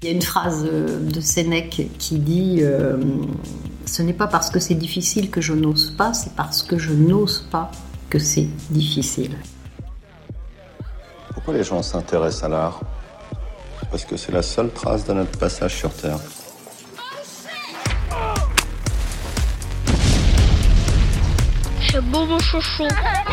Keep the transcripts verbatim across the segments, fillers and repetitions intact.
Il y a une phrase de Sénèque qui dit euh, « Ce n'est pas parce que c'est difficile que je n'ose pas, c'est parce que je n'ose pas que c'est difficile. » Pourquoi les gens s'intéressent à l'art ? Parce que c'est la seule trace de notre passage sur Terre. C'est beau mon chouchou.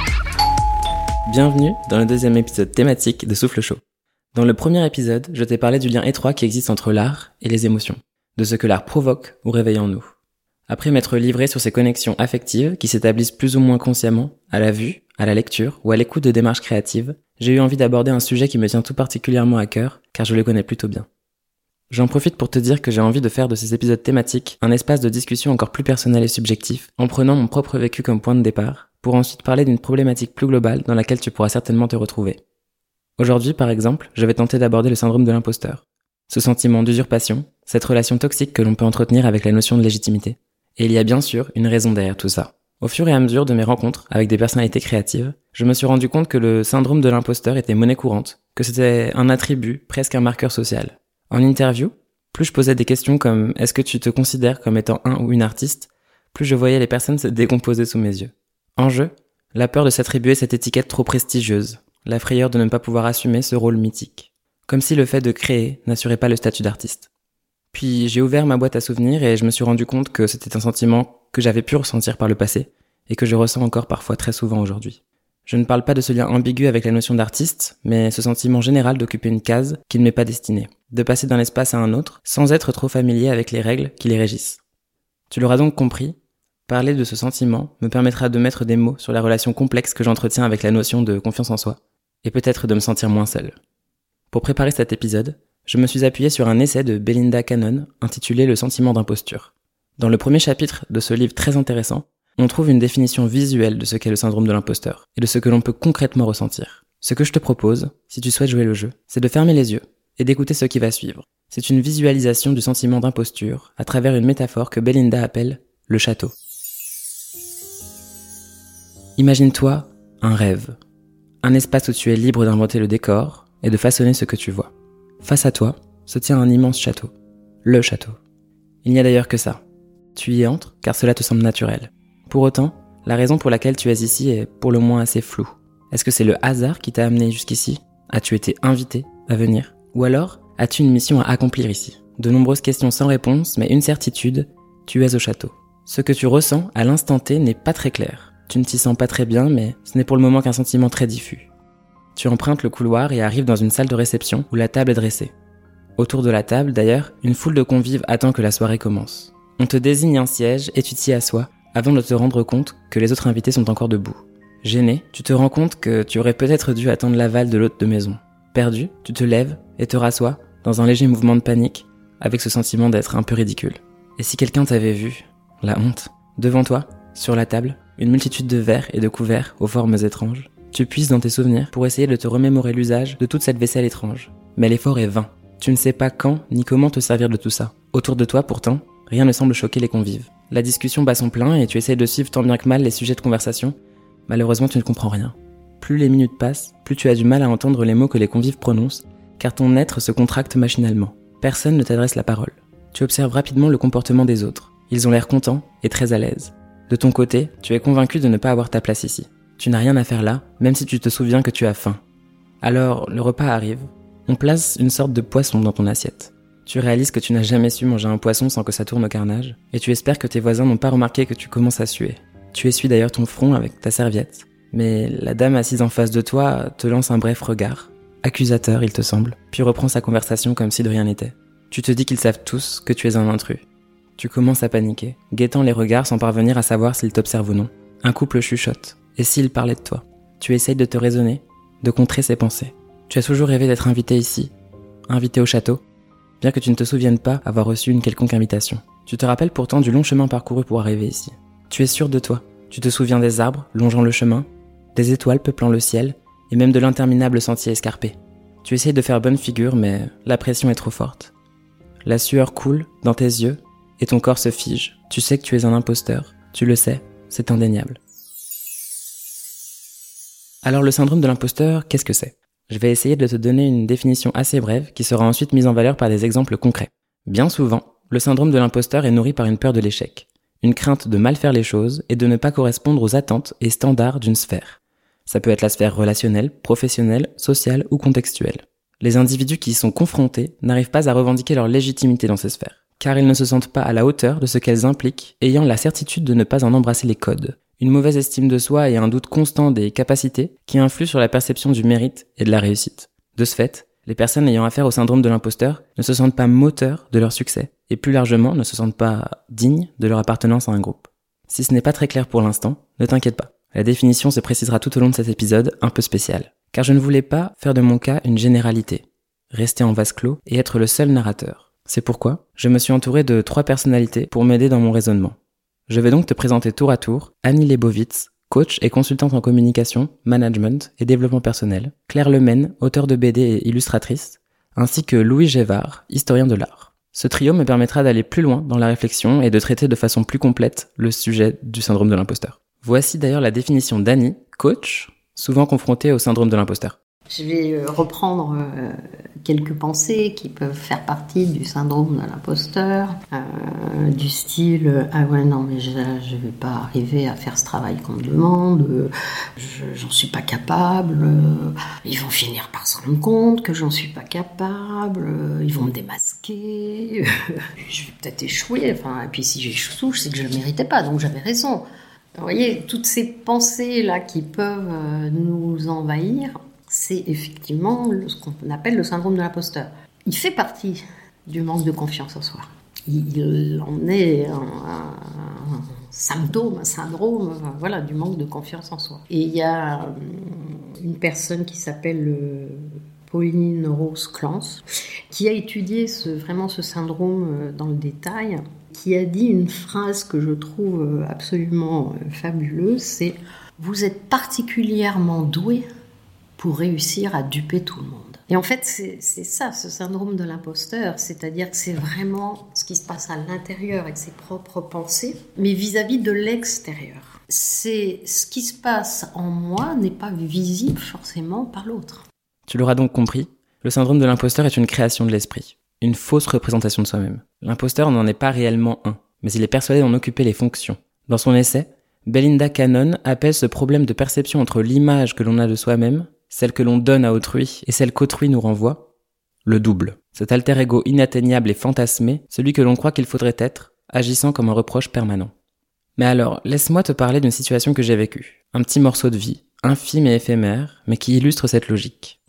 Bienvenue dans le deuxième épisode thématique de Souffle Chaud. Dans le premier épisode, je t'ai parlé du lien étroit qui existe entre l'art et les émotions, de ce que l'art provoque ou réveille en nous. Après m'être livré sur ces connexions affectives qui s'établissent plus ou moins consciemment, à la vue, à la lecture ou à l'écoute de démarches créatives, j'ai eu envie d'aborder un sujet qui me tient tout particulièrement à cœur, car je le connais plutôt bien. J'en profite pour te dire que j'ai envie de faire de ces épisodes thématiques un espace de discussion encore plus personnel et subjectif, en prenant mon propre vécu comme point de départ, pour ensuite parler d'une problématique plus globale dans laquelle tu pourras certainement te retrouver. Aujourd'hui, par exemple, je vais tenter d'aborder le syndrome de l'imposteur. Ce sentiment d'usurpation, cette relation toxique que l'on peut entretenir avec la notion de légitimité. Et il y a bien sûr une raison derrière tout ça. Au fur et à mesure de mes rencontres avec des personnalités créatives, je me suis rendu compte que le syndrome de l'imposteur était monnaie courante, que c'était un attribut, presque un marqueur social. En interview, plus je posais des questions comme « Est-ce que tu te considères comme étant un ou une artiste ?», plus je voyais les personnes se décomposer sous mes yeux. En jeu, la peur de s'attribuer cette étiquette trop prestigieuse, la frayeur de ne pas pouvoir assumer ce rôle mythique. Comme si le fait de créer n'assurait pas le statut d'artiste. Puis j'ai ouvert ma boîte à souvenirs et je me suis rendu compte que c'était un sentiment que j'avais pu ressentir par le passé et que je ressens encore parfois très souvent aujourd'hui. Je ne parle pas de ce lien ambigu avec la notion d'artiste, mais ce sentiment général d'occuper une case qui ne m'est pas destinée, de passer d'un espace à un autre sans être trop familier avec les règles qui les régissent. Tu l'auras donc compris, parler de ce sentiment me permettra de mettre des mots sur la relation complexe que j'entretiens avec la notion de confiance en soi, et peut-être de me sentir moins seul. Pour préparer cet épisode, je me suis appuyé sur un essai de Belinda Cannon intitulé « Le sentiment d'imposture ». Dans le premier chapitre de ce livre très intéressant, on trouve une définition visuelle de ce qu'est le syndrome de l'imposteur et de ce que l'on peut concrètement ressentir. Ce que je te propose, si tu souhaites jouer le jeu, c'est de fermer les yeux et d'écouter ce qui va suivre. C'est une visualisation du sentiment d'imposture à travers une métaphore que Belinda appelle « le château ». Imagine-toi un rêve. Un espace où tu es libre d'inventer le décor et de façonner ce que tu vois. Face à toi se tient un immense château. Le château. Il n'y a d'ailleurs que ça. Tu y entres car cela te semble naturel. Pour autant, la raison pour laquelle tu es ici est pour le moins assez floue. Est-ce que c'est le hasard qui t'a amené jusqu'ici ? As-tu été invité à venir ? Ou alors, as-tu une mission à accomplir ici ? De nombreuses questions sans réponse, mais une certitude, tu es au château. Ce que tu ressens à l'instant T n'est pas très clair. Tu ne t'y sens pas très bien, mais ce n'est pour le moment qu'un sentiment très diffus. Tu empruntes le couloir et arrives dans une salle de réception où la table est dressée. Autour de la table, d'ailleurs, une foule de convives attend que la soirée commence. On te désigne un siège et tu t'y assois, avant de te rendre compte que les autres invités sont encore debout. Gêné, tu te rends compte que tu aurais peut-être dû attendre l'aval de l'hôte de maison. Perdu, tu te lèves et te rassois, dans un léger mouvement de panique, avec ce sentiment d'être un peu ridicule. Et si quelqu'un t'avait vu ? La honte. Devant toi, sur la table, une multitude de verres et de couverts aux formes étranges. Tu puises dans tes souvenirs pour essayer de te remémorer l'usage de toute cette vaisselle étrange. Mais l'effort est vain. Tu ne sais pas quand ni comment te servir de tout ça. Autour de toi, pourtant, rien ne semble choquer les convives. La discussion bat son plein et tu essayes de suivre tant bien que mal les sujets de conversation. Malheureusement, tu ne comprends rien. Plus les minutes passent, plus tu as du mal à entendre les mots que les convives prononcent, car ton être se contracte machinalement. Personne ne t'adresse la parole. Tu observes rapidement le comportement des autres. Ils ont l'air contents et très à l'aise. De ton côté, tu es convaincu de ne pas avoir ta place ici. Tu n'as rien à faire là, même si tu te souviens que tu as faim. Alors, le repas arrive. On place une sorte de poisson dans ton assiette. Tu réalises que tu n'as jamais su manger un poisson sans que ça tourne au carnage, et tu espères que tes voisins n'ont pas remarqué que tu commences à suer. Tu essuies d'ailleurs ton front avec ta serviette. Mais la dame assise en face de toi te lance un bref regard. Accusateur, il te semble, puis reprend sa conversation comme si de rien n'était. Tu te dis qu'ils savent tous que tu es un intrus. Tu commences à paniquer, guettant les regards sans parvenir à savoir s'ils t'observent ou non. Un couple chuchote. Et s'il parlait de toi ? Tu essayes de te raisonner, de contrer ses pensées. Tu as toujours rêvé d'être invité ici, invité au château, bien que tu ne te souviennes pas avoir reçu une quelconque invitation. Tu te rappelles pourtant du long chemin parcouru pour arriver ici. Tu es sûr de toi. Tu te souviens des arbres longeant le chemin, des étoiles peuplant le ciel, et même de l'interminable sentier escarpé. Tu essayes de faire bonne figure, mais la pression est trop forte. La sueur coule dans tes yeux, et ton corps se fige. Tu sais que tu es un imposteur. Tu le sais, c'est indéniable. Alors le syndrome de l'imposteur, qu'est-ce que c'est ? Je vais essayer de te donner une définition assez brève qui sera ensuite mise en valeur par des exemples concrets. Bien souvent, le syndrome de l'imposteur est nourri par une peur de l'échec, une crainte de mal faire les choses et de ne pas correspondre aux attentes et standards d'une sphère. Ça peut être la sphère relationnelle, professionnelle, sociale ou contextuelle. Les individus qui y sont confrontés n'arrivent pas à revendiquer leur légitimité dans ces sphères, car ils ne se sentent pas à la hauteur de ce qu'elles impliquent, ayant la certitude de ne pas en embrasser les codes. Une mauvaise estime de soi et un doute constant des capacités qui influent sur la perception du mérite et de la réussite. De ce fait, les personnes ayant affaire au syndrome de l'imposteur ne se sentent pas moteurs de leur succès, et plus largement ne se sentent pas dignes de leur appartenance à un groupe. Si ce n'est pas très clair pour l'instant, ne t'inquiète pas. La définition se précisera tout au long de cet épisode un peu spécial. Car je ne voulais pas faire de mon cas une généralité, rester en vase clos et être le seul narrateur. C'est pourquoi je me suis entouré de trois personnalités pour m'aider dans mon raisonnement. Je vais donc te présenter tour à tour Annie Leibovitz, coach et consultante en communication, management et développement personnel, Claire Lemaine, auteure de B D et illustratrice, ainsi que Louis Gévard, historien de l'art. Ce trio me permettra d'aller plus loin dans la réflexion et de traiter de façon plus complète le sujet du syndrome de l'imposteur. Voici d'ailleurs la définition d'Annie, coach, souvent confrontée au syndrome de l'imposteur. Je vais reprendre euh, quelques pensées qui peuvent faire partie du syndrome de l'imposteur, euh, du style euh, « Ah ouais, non, mais je ne vais pas arriver à faire ce travail qu'on me demande, euh, je, j'en suis pas capable, euh, ils vont finir par se rendre compte que j'en suis pas capable, euh, ils vont me démasquer, euh, je vais peut-être échouer, enfin, et puis si j'échoue, c'est que je ne le méritais pas, donc j'avais raison. » Vous voyez, toutes ces pensées-là qui peuvent euh, nous envahir, c'est effectivement ce qu'on appelle le syndrome de l'imposteur. Il fait partie du manque de confiance en soi. Il en est un, un, un symptôme, un syndrome, voilà, du manque de confiance en soi. Et il y a une personne qui s'appelle Pauline Rose Clance, qui a étudié ce, vraiment ce syndrome dans le détail, qui a dit une phrase que je trouve absolument fabuleuse, c'est « Vous êtes particulièrement doué pour réussir à duper tout le monde. » Et en fait, c'est, c'est ça, ce syndrome de l'imposteur, c'est-à-dire que c'est vraiment ce qui se passe à l'intérieur avec ses propres pensées, mais vis-à-vis de l'extérieur. C'est ce qui se passe en moi n'est pas visible forcément par l'autre. Tu l'auras donc compris, le syndrome de l'imposteur est une création de l'esprit, une fausse représentation de soi-même. L'imposteur n'en est pas réellement un, mais il est persuadé d'en occuper les fonctions. Dans son essai, Belinda Cannon appelle ce problème de perception entre l'image que l'on a de soi-même, celle que l'on donne à autrui et celle qu'autrui nous renvoie, le double. Cet alter ego inatteignable et fantasmé, celui que l'on croit qu'il faudrait être, agissant comme un reproche permanent. Mais alors, laisse-moi te parler d'une situation que j'ai vécue. Un petit morceau de vie, infime et éphémère, mais qui illustre cette logique.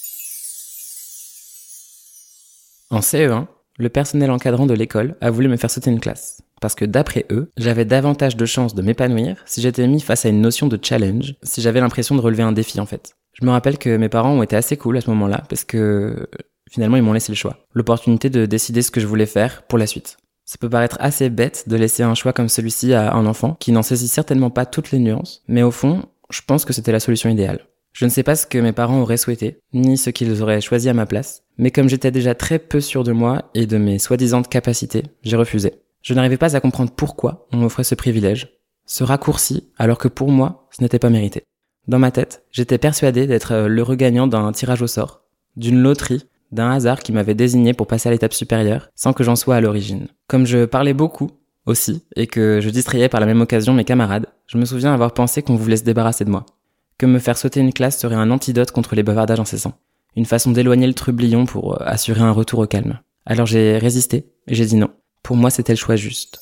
En C E un, le personnel encadrant de l'école a voulu me faire sauter une classe. Parce que d'après eux, j'avais davantage de chances de m'épanouir si j'étais mis face à une notion de challenge, si j'avais l'impression de relever un défi en fait. Je me rappelle que mes parents ont été assez cool à ce moment-là, parce que finalement ils m'ont laissé le choix. L'opportunité de décider ce que je voulais faire pour la suite. Ça peut paraître assez bête de laisser un choix comme celui-ci à un enfant, qui n'en saisit certainement pas toutes les nuances, mais au fond, je pense que c'était la solution idéale. Je ne sais pas ce que mes parents auraient souhaité, ni ce qu'ils auraient choisi à ma place, mais comme j'étais déjà très peu sûr de moi et de mes soi-disant capacités, j'ai refusé. Je n'arrivais pas à comprendre pourquoi on m'offrait ce privilège, ce raccourci, alors que pour moi, ce n'était pas mérité. Dans ma tête, j'étais persuadé d'être l'heureux gagnant d'un tirage au sort, d'une loterie, d'un hasard qui m'avait désigné pour passer à l'étape supérieure, sans que j'en sois à l'origine. Comme je parlais beaucoup, aussi, et que je distrayais par la même occasion mes camarades, je me souviens avoir pensé qu'on voulait se débarrasser de moi. Que me faire sauter une classe serait un antidote contre les bavardages incessants. Une façon d'éloigner le trublion pour assurer un retour au calme. Alors j'ai résisté, et j'ai dit non. Pour moi, c'était le choix juste.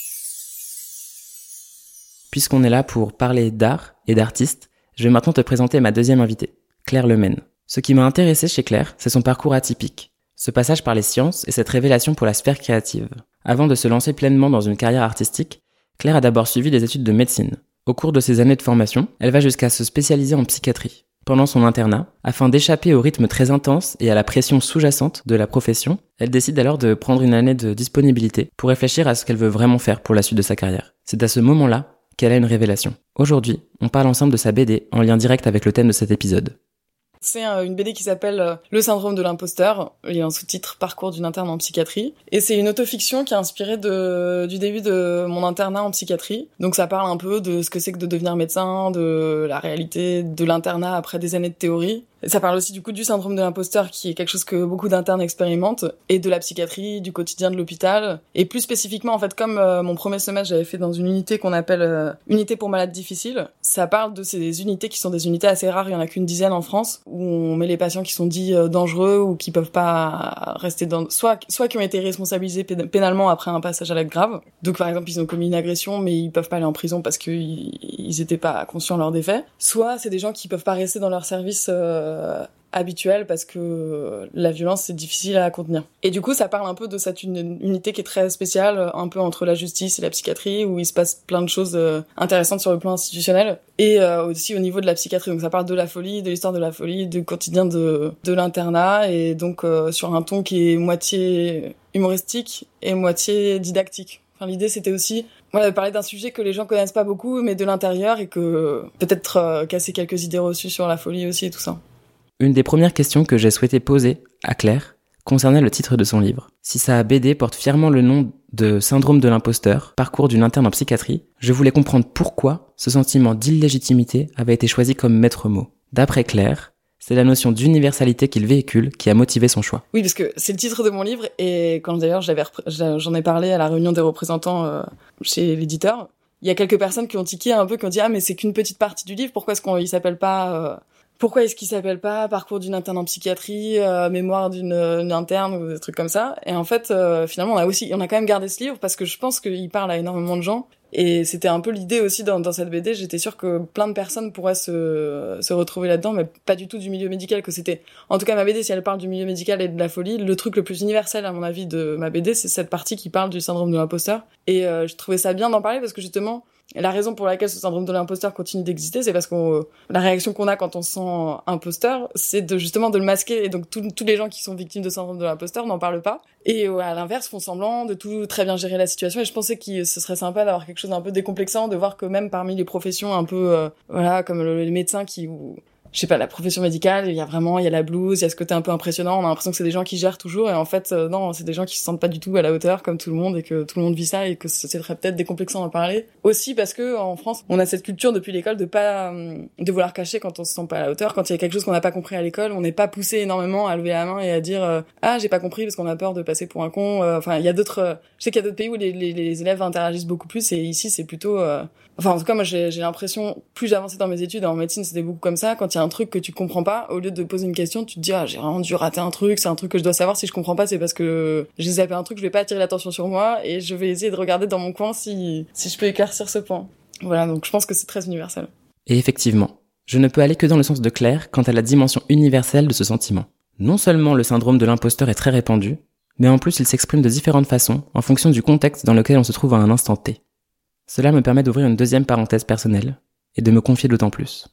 Puisqu'on est là pour parler d'art et d'artistes, je vais maintenant te présenter ma deuxième invitée, Claire Lemaine. Ce qui m'a intéressé chez Claire, c'est son parcours atypique. Ce passage par les sciences et cette révélation pour la sphère créative. Avant de se lancer pleinement dans une carrière artistique, Claire a d'abord suivi des études de médecine. Au cours de ses années de formation, elle va jusqu'à se spécialiser en psychiatrie. Pendant son internat, afin d'échapper au rythme très intense et à la pression sous-jacente de la profession, elle décide alors de prendre une année de disponibilité pour réfléchir à ce qu'elle veut vraiment faire pour la suite de sa carrière. C'est à ce moment-là qu'elle a une révélation. Aujourd'hui, on parle ensemble de sa B D en lien direct avec le thème de cet épisode. C'est une B D qui s'appelle « Le syndrome de l'imposteur ». Il y a un sous-titre « Parcours d'une interne en psychiatrie ». Et c'est une autofiction qui est inspirée de, du début de mon internat en psychiatrie. Donc ça parle un peu de ce que c'est que de devenir médecin, de la réalité de l'internat après des années de théorie. Ça parle aussi du coup du syndrome de l'imposteur, qui est quelque chose que beaucoup d'internes expérimentent, et de la psychiatrie, du quotidien de l'hôpital. Et plus spécifiquement, en fait, comme euh, mon premier semestre, j'avais fait dans une unité qu'on appelle euh, unité pour malades difficiles, ça parle de ces unités qui sont des unités assez rares, il y en a qu'une dizaine en France, où on met les patients qui sont dits euh, dangereux ou qui peuvent pas rester dans... Soit, soit qui ont été responsabilisés pénalement après un passage à l'acte grave. Donc par exemple, ils ont commis une agression, mais ils peuvent pas aller en prison parce qu'ils ils étaient pas conscients de leurs défaits. Soit c'est des gens qui peuvent pas rester dans leur service euh, habituel parce que la violence c'est difficile à contenir. Et du coup, ça parle un peu de cette une, unité qui est très spéciale, un peu entre la justice et la psychiatrie, où il se passe plein de choses euh, intéressantes sur le plan institutionnel et euh, aussi au niveau de la psychiatrie. Donc ça parle de la folie, de l'histoire de la folie, du quotidien de de l'internat, et donc euh, sur un ton qui est moitié humoristique et moitié didactique. Enfin, l'idée c'était aussi voilà, de parler d'un sujet que les gens connaissent pas beaucoup, mais de l'intérieur, et que peut-être euh, casser quelques idées reçues sur la folie aussi et tout ça. Une des premières questions que j'ai souhaité poser à Claire concernait le titre de son livre. Si sa B D porte fièrement le nom de Syndrome de l'imposteur, parcours d'une interne en psychiatrie, je voulais comprendre pourquoi ce sentiment d'illégitimité avait été choisi comme maître mot. D'après Claire, c'est la notion d'universalité qu'il véhicule qui a motivé son choix. Oui, parce que c'est le titre de mon livre, et quand d'ailleurs j'avais repr- j'en ai parlé à la réunion des représentants euh, chez l'éditeur, il y a quelques personnes qui ont tiqué un peu, qui ont dit « Ah, mais c'est qu'une petite partie du livre, pourquoi est-ce qu'il s'appelle pas... Euh... » Pourquoi est-ce qu'il s'appelle pas Parcours d'une interne en psychiatrie, euh, Mémoire d'une, d'une interne, ou des trucs comme ça. Et en fait, euh, finalement, on a aussi, on a quand même gardé ce livre parce que je pense qu'il parle à énormément de gens. Et c'était un peu l'idée aussi dans, dans cette B D. J'étais sûre que plein de personnes pourraient se, se retrouver là-dedans, mais pas du tout du milieu médical. Que c'était, en tout cas, ma B D, si elle parle du milieu médical et de la folie, le truc le plus universel, à mon avis, de ma B D, c'est cette partie qui parle du syndrome de l'imposteur. Et euh, je trouvais ça bien d'en parler parce que justement, la raison pour laquelle ce syndrome de l'imposteur continue d'exister, c'est parce que la réaction qu'on a quand on se sent imposteur, c'est de justement de le masquer. Et donc tous tous les gens qui sont victimes de syndrome de l'imposteur n'en parlent pas. Et euh, à l'inverse, font semblant de tout très bien gérer la situation. Et je pensais que ce serait sympa d'avoir quelque chose d'un peu décomplexant, de voir que même parmi les professions un peu, euh, voilà, comme le, les médecins qui... Ou, je sais pas, la profession médicale, il y a vraiment, il y a la blouse, il y a ce côté un peu impressionnant, on a l'impression que c'est des gens qui gèrent toujours, et en fait, euh, non, c'est des gens qui se sentent pas du tout à la hauteur, comme tout le monde, et que tout le monde vit ça, et que ce serait peut-être décomplexant d'en parler. Aussi parce que, en France, on a cette culture depuis l'école de pas, de vouloir cacher quand on se sent pas à la hauteur, quand il y a quelque chose qu'on n'a pas compris à l'école, on n'est pas poussé énormément à lever la main et à dire, euh, ah, j'ai pas compris parce qu'on a peur de passer pour un con, euh, enfin, il y a d'autres, euh, je sais qu'il y a d'autres pays où les, les, les élèves interagissent beaucoup plus, et ici, c'est plutôt, euh, enfin, en tout cas, moi, j'ai, j'ai l'impression, plus j'avançais dans mes études, en médecine, c'était beaucoup comme ça, quand il y a un truc que tu comprends pas, au lieu de poser une question, tu te dis, ah, j'ai vraiment dû rater un truc, c'est un truc que je dois savoir, si je comprends pas, c'est parce que j'ai zappé un truc, je vais pas attirer l'attention sur moi, et je vais essayer de regarder dans mon coin si, si je peux éclaircir ce point. Voilà, donc je pense que c'est très universel. Et effectivement, je ne peux aller que dans le sens de Claire quant à la dimension universelle de ce sentiment. Non seulement le syndrome de l'imposteur est très répandu, mais en plus il s'exprime de différentes façons en fonction du contexte dans lequel on se trouve à un instant T. Cela me permet d'ouvrir une deuxième parenthèse personnelle et de me confier d'autant plus.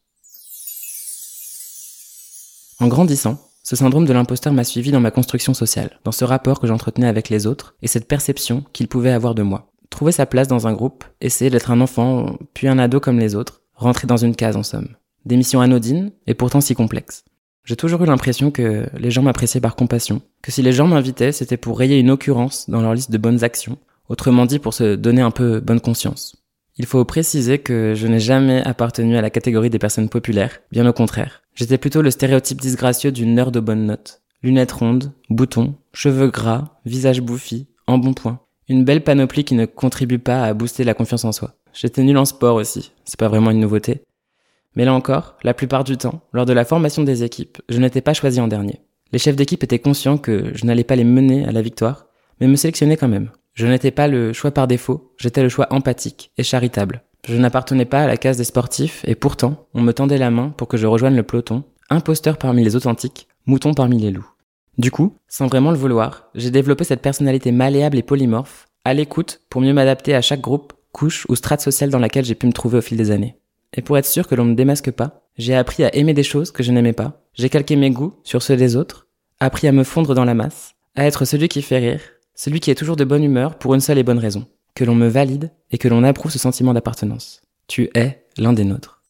En grandissant, ce syndrome de l'imposteur m'a suivi dans ma construction sociale, dans ce rapport que j'entretenais avec les autres et cette perception qu'il pouvait avoir de moi. Trouver sa place dans un groupe, essayer d'être un enfant, puis un ado comme les autres, rentrer dans une case en somme. Des missions anodines et pourtant si complexes. J'ai toujours eu l'impression que les gens m'appréciaient par compassion, que si les gens m'invitaient, c'était pour rayer une occurrence dans leur liste de bonnes actions, autrement dit pour se donner un peu bonne conscience. Il faut préciser que je n'ai jamais appartenu à la catégorie des personnes populaires, bien au contraire. J'étais plutôt le stéréotype disgracieux d'une nerd de bonnes notes. Lunettes rondes, boutons, cheveux gras, visage bouffi, embonpoint. Une belle panoplie qui ne contribue pas à booster la confiance en soi. J'étais nul en sport aussi, c'est pas vraiment une nouveauté. Mais là encore, la plupart du temps, lors de la formation des équipes, je n'étais pas choisi en dernier. Les chefs d'équipe étaient conscients que je n'allais pas les mener à la victoire, mais me sélectionnaient quand même. Je n'étais pas le choix par défaut, j'étais le choix empathique et charitable. Je n'appartenais pas à la case des sportifs, et pourtant, on me tendait la main pour que je rejoigne le peloton, imposteur parmi les authentiques, mouton parmi les loups. Du coup, sans vraiment le vouloir, j'ai développé cette personnalité malléable et polymorphe, à l'écoute pour mieux m'adapter à chaque groupe, couche ou strate sociale dans laquelle j'ai pu me trouver au fil des années. Et pour être sûr que l'on ne me démasque pas, j'ai appris à aimer des choses que je n'aimais pas, j'ai calqué mes goûts sur ceux des autres, appris à me fondre dans la masse, à être celui qui fait rire, celui qui est toujours de bonne humeur pour une seule et bonne raison, que l'on me valide et que l'on approuve ce sentiment d'appartenance. Tu es l'un des nôtres.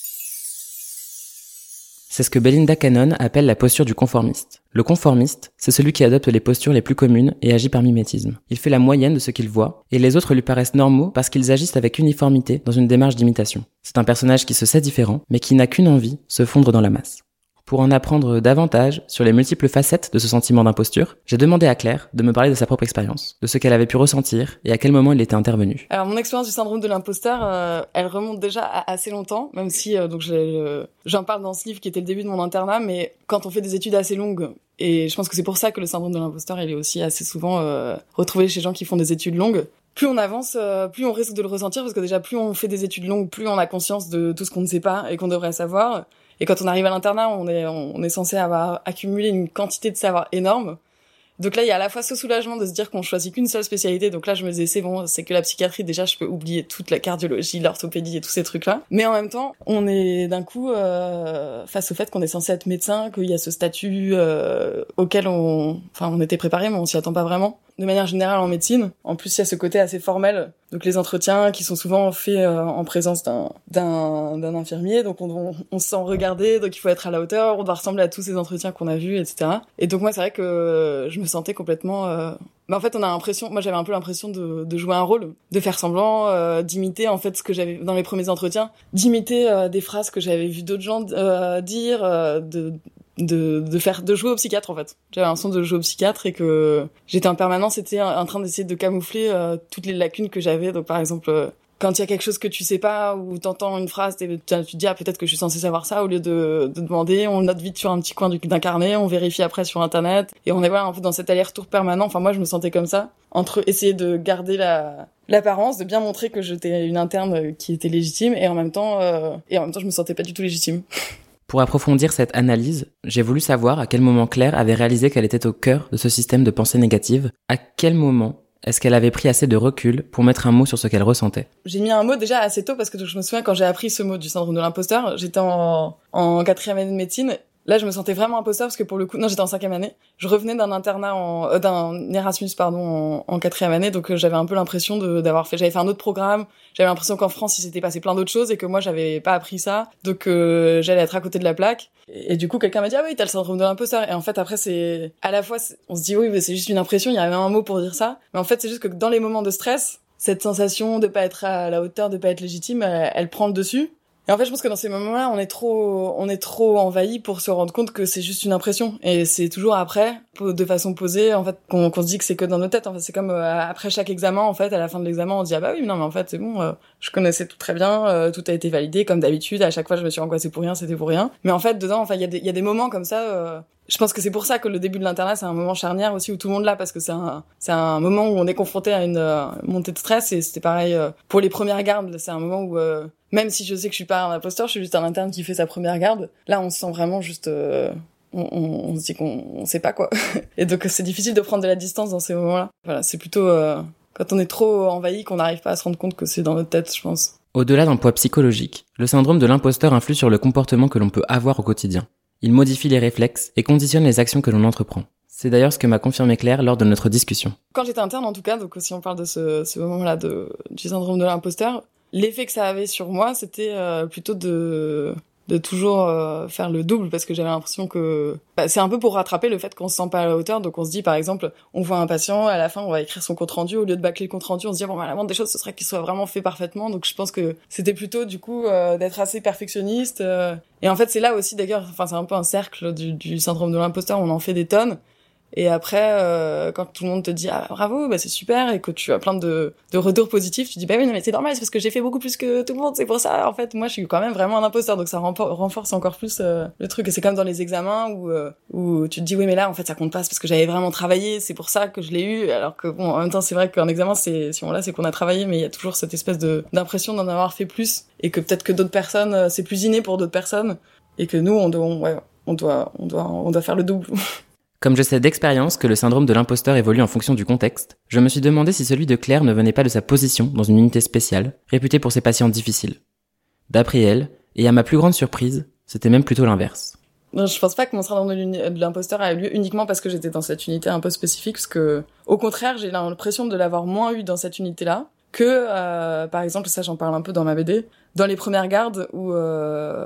C'est ce que Belinda Cannon appelle la posture du conformiste. Le conformiste, c'est celui qui adopte les postures les plus communes et agit par mimétisme. Il fait la moyenne de ce qu'il voit, et les autres lui paraissent normaux parce qu'ils agissent avec uniformité dans une démarche d'imitation. C'est un personnage qui se sait différent, mais qui n'a qu'une envie, se fondre dans la masse. Pour en apprendre davantage sur les multiples facettes de ce sentiment d'imposture, j'ai demandé à Claire de me parler de sa propre expérience, de ce qu'elle avait pu ressentir et à quel moment il était intervenu. Alors mon expérience du syndrome de l'imposteur, euh, elle remonte déjà à assez longtemps, même si euh, donc je, euh, j'en parle dans ce livre qui était le début de mon internat, mais quand on fait des études assez longues, et je pense que c'est pour ça que le syndrome de l'imposteur, il est aussi assez souvent euh, retrouvé chez les gens qui font des études longues. Plus on avance, euh, plus on risque de le ressentir, parce que déjà plus on fait des études longues, plus on a conscience de tout ce qu'on ne sait pas et qu'on devrait savoir. Et quand on arrive à l'internat, on est, on est censé avoir accumulé une quantité de savoir énorme. Donc là, il y a à la fois ce soulagement de se dire qu'on choisit qu'une seule spécialité. Donc là, je me disais, c'est bon, c'est que la psychiatrie. Déjà, je peux oublier toute la cardiologie, l'orthopédie et tous ces trucs-là. Mais en même temps, on est d'un coup euh, face au fait qu'on est censé être médecin, qu'il y a ce statut euh, auquel on, enfin, on était préparé, mais on s'y attend pas vraiment. De manière générale en médecine. En plus, il y a ce côté assez formel. Donc les entretiens qui sont souvent faits euh, en présence d'un, d'un, d'un infirmier. Donc on, on, on se sent regardé, donc il faut être à la hauteur, on doit ressembler à tous ces entretiens qu'on a vus, et cetera. Et donc moi, c'est vrai que je me sentais complètement... Euh... Mais en fait, on a l'impression... Moi, j'avais un peu l'impression de, de jouer un rôle, de faire semblant, euh, d'imiter en fait ce que j'avais dans les premiers entretiens, d'imiter euh, des phrases que j'avais vu d'autres gens euh, dire, euh, de... de de faire de jouer au psychiatre en fait. J'avais l'impression de jouer au psychiatre et que j'étais en permanence c'était en train d'essayer de camoufler euh, toutes les lacunes que j'avais. Donc par exemple euh, quand il y a quelque chose que tu sais pas ou t'entends une phrase, tu te dis ah peut-être que je suis censée savoir ça, au lieu de de demander, on le note vite sur un petit coin du, d'un carnet, on vérifie après sur internet et on est voilà un peu dans cet aller-retour permanent. Enfin moi je me sentais comme ça entre essayer de garder la l'apparence, de bien montrer que j'étais une interne qui était légitime et en même temps euh, et en même temps je me sentais pas du tout légitime. Pour approfondir cette analyse, j'ai voulu savoir à quel moment Claire avait réalisé qu'elle était au cœur de ce système de pensée négative. À quel moment est-ce qu'elle avait pris assez de recul pour mettre un mot sur ce qu'elle ressentait ? J'ai mis un mot déjà assez tôt parce que je me souviens quand j'ai appris ce mot du syndrome de l'imposteur, j'étais en, en quatrième année de médecine. Là, je me sentais vraiment imposteur parce que pour le coup, non, j'étais en cinquième année. Je revenais d'un internat en, euh, d'un Erasmus, pardon, en, en quatrième année. Donc, euh, j'avais un peu l'impression de, d'avoir fait, j'avais fait un autre programme. J'avais l'impression qu'en France, il s'était passé plein d'autres choses et que moi, j'avais pas appris ça. Donc, euh, j'allais être à côté de la plaque. Et, et du coup, quelqu'un m'a dit, ah oui, t'as le syndrome de l'imposteur. Et en fait, après, c'est, à la fois, on se dit, oui, mais c'est juste une impression. Il y a même un mot pour dire ça. Mais en fait, c'est juste que dans les moments de stress, cette sensation de pas être à la hauteur, de pas être légitime, elle, elle prend le dessus. Et en fait, je pense que dans ces moments-là, on est trop, on est trop envahi pour se rendre compte que c'est juste une impression. Et c'est toujours après, de façon posée, en fait, qu'on, qu'on se dit que c'est que dans nos têtes. En fait, c'est comme euh, après chaque examen, en fait, à la fin de l'examen, on se dit ah bah oui, non mais en fait c'est bon, euh, je connaissais tout très bien, euh, tout a été validé comme d'habitude. À chaque fois, je me suis angoissée pour rien, c'était pour rien. Mais en fait, dedans, enfin, il y a des, il y a des moments comme ça. Euh, Je pense que c'est pour ça que le début de l'internat, c'est un moment charnière aussi où tout le monde l'a, parce que c'est un, c'est un moment où on est confronté à une euh, montée de stress, et c'était pareil euh, pour les premières gardes. C'est un moment où, euh, même si je sais que je suis pas un imposteur, je suis juste un interne qui fait sa première garde. Là, on se sent vraiment juste, euh, on, on, on se dit qu'on on sait pas quoi. Et donc, c'est difficile de prendre de la distance dans ces moments-là. Voilà, c'est plutôt euh, quand on est trop envahi qu'on n'arrive pas à se rendre compte que c'est dans notre tête, je pense. Au-delà d'un poids psychologique, le syndrome de l'imposteur influe sur le comportement que l'on peut avoir au quotidien. Il modifie les réflexes et conditionne les actions que l'on entreprend. C'est d'ailleurs ce que m'a confirmé Claire lors de notre discussion. Quand j'étais interne, en tout cas, donc si on parle de ce, ce moment-là de, du syndrome de l'imposteur, l'effet que ça avait sur moi, c'était euh, plutôt de, de toujours euh, faire le double, parce que j'avais l'impression que... Bah, c'est un peu pour rattraper le fait qu'on se sent pas à la hauteur. Donc on se dit, par exemple, on voit un patient, à la fin, on va écrire son compte-rendu. Au lieu de bâcler le compte-rendu, on se dit, bon, bah, la moindre des choses, ce serait qu'il soit vraiment fait parfaitement. Donc je pense que c'était plutôt, du coup, euh, d'être assez perfectionniste. Euh... Et en fait, c'est là aussi, d'ailleurs, enfin, c'est un peu un cercle du, du syndrome de l'imposteur. On en fait des tonnes. Et après, euh, quand tout le monde te dit ah bravo, bah c'est super, et que tu as plein de, de retours positifs, tu dis bah oui non mais c'est normal, c'est parce que j'ai fait beaucoup plus que tout le monde, c'est pour ça. En fait, moi je suis quand même vraiment un imposteur, donc ça renforce encore plus euh, le truc. Et c'est comme dans les examens où euh, où tu te dis oui mais là en fait ça compte pas, c'est parce que j'avais vraiment travaillé, c'est pour ça que je l'ai eu. Alors que bon, en même temps c'est vrai qu'en examen c'est si on l'a c'est qu'on a travaillé, mais il y a toujours cette espèce de d'impression d'en avoir fait plus, et que peut-être que d'autres personnes c'est plus inné pour d'autres personnes, et que nous on doit on, ouais on doit on doit on doit faire le double. Comme je sais d'expérience que le syndrome de l'imposteur évolue en fonction du contexte, je me suis demandé si celui de Claire ne venait pas de sa position dans une unité spéciale, réputée pour ses patients difficiles. D'après elle, et à ma plus grande surprise, c'était même plutôt l'inverse. Non, je pense pas que mon syndrome de l'imposteur a eu lieu uniquement parce que j'étais dans cette unité un peu spécifique, parce que, au contraire, j'ai l'impression de l'avoir moins eu dans cette unité-là que, euh, par exemple, ça j'en parle un peu dans ma B D, dans les premières gardes où... Euh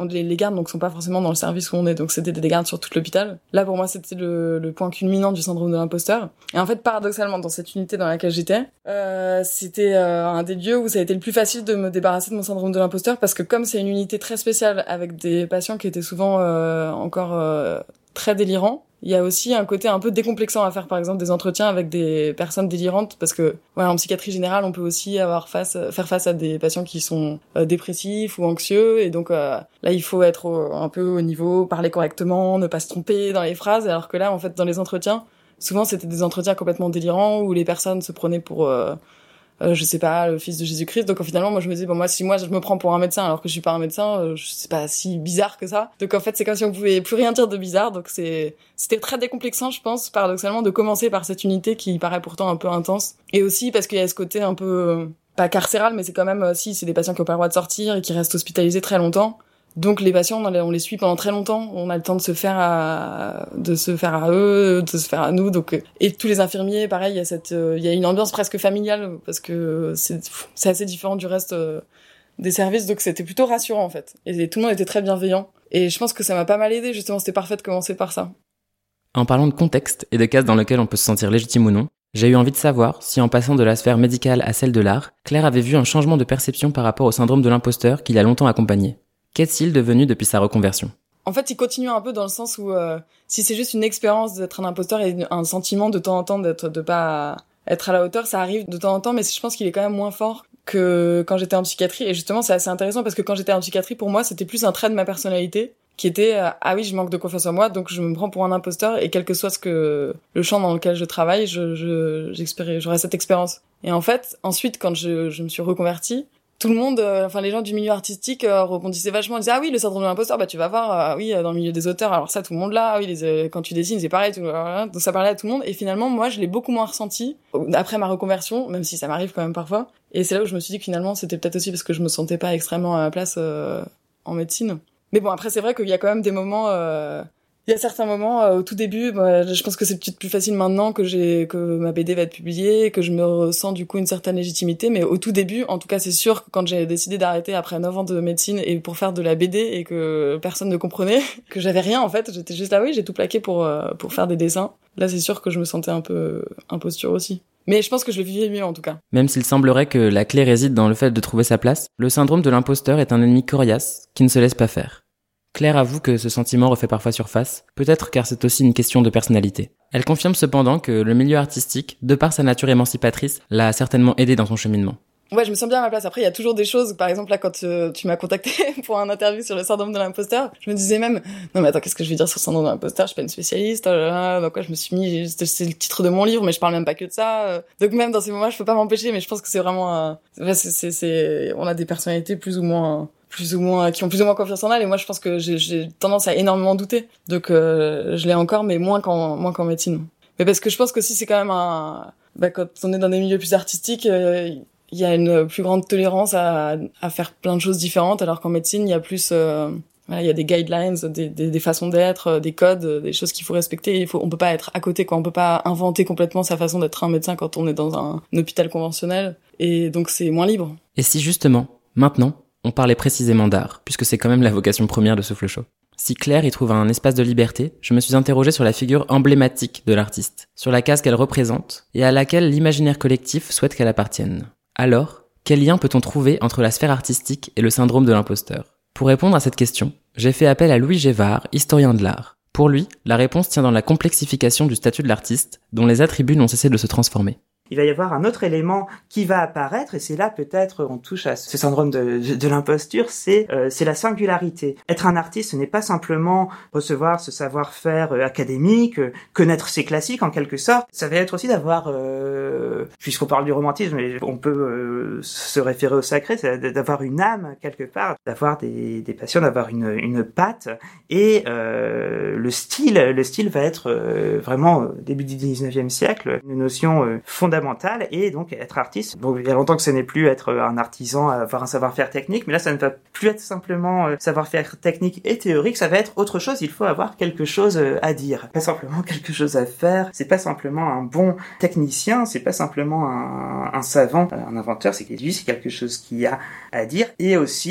on, les, les gardes donc sont pas forcément dans le service où on est, donc c'était des gardes sur tout l'hôpital. Là pour moi c'était le, le point culminant du syndrome de l'imposteur. Et en fait paradoxalement dans cette unité dans laquelle j'étais, euh, c'était euh, un des lieux où ça a été le plus facile de me débarrasser de mon syndrome de l'imposteur, parce que comme c'est une unité très spéciale avec des patients qui étaient souvent euh, encore euh, très délirants, il y a aussi un côté un peu décomplexant à faire, par exemple, des entretiens avec des personnes délirantes, parce que, voilà, en psychiatrie générale, on peut aussi avoir face, faire face à des patients qui sont euh, dépressifs ou anxieux, et donc euh, là, il faut être au, un peu au niveau, parler correctement, ne pas se tromper dans les phrases, alors que là, en fait, dans les entretiens, souvent, c'était des entretiens complètement délirants où les personnes se prenaient pour euh, Euh, je sais pas, le fils de Jésus-Christ. Donc, finalement, moi, je me dis, bon, moi, si moi, je me prends pour un médecin alors que je suis pas un médecin, euh, je sais pas si bizarre que ça. Donc, en fait, c'est comme si on pouvait plus rien dire de bizarre. Donc, c'est, c'était très décomplexant, je pense, paradoxalement, de commencer par cette unité qui paraît pourtant un peu intense. Et aussi parce qu'il y a ce côté un peu, euh, pas carcéral, mais c'est quand même, euh, si, c'est des patients qui ont pas le droit de sortir et qui restent hospitalisés très longtemps. Donc les patients, on les, on les suit pendant très longtemps. On a le temps de se faire à, de se faire à eux, de se faire à nous. Donc et tous les infirmiers, pareil, il y a cette, euh, il y a une ambiance presque familiale parce que c'est, c'est assez différent du reste euh, des services. Donc c'était plutôt rassurant en fait. Et, et tout le monde était très bienveillant. Et je pense que ça m'a pas mal aidé. Justement, c'était parfait de commencer par ça. En parlant de contexte et de cases dans lesquelles on peut se sentir légitime ou non, j'ai eu envie de savoir si en passant de la sphère médicale à celle de l'art, Claire avait vu un changement de perception par rapport au syndrome de l'imposteur qui l'a longtemps accompagné. Qu'est-il devenu depuis sa reconversion ? En fait, il continue un peu dans le sens où euh, si c'est juste une expérience d'être un imposteur et un sentiment de temps en temps d'être de pas être à la hauteur, ça arrive de temps en temps, mais je pense qu'il est quand même moins fort que quand j'étais en psychiatrie. Et justement, c'est assez intéressant parce que quand j'étais en psychiatrie, pour moi, c'était plus un trait de ma personnalité qui était euh, ah oui, je manque de confiance en moi, donc je me prends pour un imposteur et quel que soit ce que le champ dans lequel je travaille, je je j'expérie, j'aurai cette expérience. Et en fait, ensuite, quand je je me suis reconvertie, tout le monde, euh, enfin les gens du milieu artistique euh, rebondissaient vachement, ils disaient ah oui le syndrome de l'imposteur, bah tu vas voir, euh, oui euh, dans le milieu des auteurs, alors ça tout le monde là, ah, oui les, euh, quand tu dessines c'est pareil, tout, euh, donc ça parlait à tout le monde. Et finalement moi je l'ai beaucoup moins ressenti après ma reconversion, même si ça m'arrive quand même parfois. Et c'est là où je me suis dit que finalement c'était peut-être aussi parce que je me sentais pas extrêmement à ma place euh, en médecine. Mais bon après c'est vrai qu'il y a quand même des moments. Euh, Il y a certains moments, euh, au tout début, bah, je pense que c'est peut-être plus facile maintenant que j'ai que ma B D va être publiée, que je me ressens du coup une certaine légitimité, mais au tout début, en tout cas c'est sûr que quand j'ai décidé d'arrêter après neuf ans de médecine et pour faire de la B D et que personne ne comprenait, que j'avais rien en fait, j'étais juste là, oui, j'ai tout plaqué pour euh, pour faire des dessins. Là c'est sûr que je me sentais un peu imposture aussi. Mais je pense que je le vivais mieux en tout cas. Même s'il semblerait que la clé réside dans le fait de trouver sa place, le syndrome de l'imposteur est un ennemi coriace qui ne se laisse pas faire. Claire avoue que ce sentiment refait parfois surface, peut-être car c'est aussi une question de personnalité. Elle confirme cependant que le milieu artistique, de par sa nature émancipatrice, l'a certainement aidée dans son cheminement. Ouais, je me sens bien à ma place. Après, il y a toujours des choses, par exemple, là, quand euh, tu m'as contacté pour un interview sur le syndrome de l'imposteur, je me disais même, non mais attends, qu'est-ce que je vais dire sur le syndrome de l'imposteur? Je suis pas une spécialiste, oh là là. Donc ouais, je me suis mis, c'est le titre de mon livre, mais je parle même pas que de ça. Donc même dans ces moments, je peux pas m'empêcher, mais je pense que c'est vraiment, euh, c'est, c'est, c'est, on a des personnalités plus ou moins, plus ou moins, qui ont plus ou moins confiance en elles, et moi, je pense que j'ai, j'ai tendance à énormément douter. Donc, euh, je l'ai encore, mais moins qu'en, moins qu'en médecine. Mais parce que je pense que si c'est quand même un, bah, quand on est dans des milieux plus artistiques, euh, il y a une plus grande tolérance à, à faire plein de choses différentes, alors qu'en médecine, il y a plus, euh, voilà, il y a des guidelines, des, des, des façons d'être, des codes, des choses qu'il faut respecter. Il faut, on peut pas être à côté, quoi. On peut pas inventer complètement sa façon d'être un médecin quand on est dans un, un hôpital conventionnel. Et donc, c'est moins libre. Et si justement, maintenant, on parlait précisément d'art, puisque c'est quand même la vocation première de Souffle Chaud. Si Claire y trouve un espace de liberté, je me suis interrogé sur la figure emblématique de l'artiste, sur la case qu'elle représente, et à laquelle l'imaginaire collectif souhaite qu'elle appartienne. Alors, quel lien peut-on trouver entre la sphère artistique et le syndrome de l'imposteur ? Pour répondre à cette question, j'ai fait appel à Louis Gévard, historien de l'art. Pour lui, la réponse tient dans la complexification du statut de l'artiste, dont les attributs n'ont cessé de se transformer. Il va y avoir un autre élément qui va apparaître, et c'est là peut-être on touche à ce syndrome de, de, de l'imposture, c'est euh, c'est la singularité. Être un artiste, ce n'est pas simplement recevoir ce savoir-faire euh, académique, euh, connaître ses classiques en quelque sorte. Ça va être aussi d'avoir, euh, puisqu'on parle du romantisme, on peut euh, se référer au sacré, c'est d'avoir une âme quelque part, d'avoir des, des passions, d'avoir une, une patte. Et euh, le style, le style va être euh, vraiment euh, début du dix-neuvième siècle une notion euh, fondamentale. Et donc être artiste, bon, il y a longtemps que ce n'est plus être un artisan, avoir un savoir-faire technique, mais là ça ne va plus être simplement euh, savoir-faire technique et théorique, ça va être autre chose. Il faut avoir quelque chose euh, à dire, pas simplement quelque chose à faire. C'est pas simplement un bon technicien, c'est pas simplement un, un savant, un inventeur, c'est que lui c'est quelque chose qui a à dire. Et aussi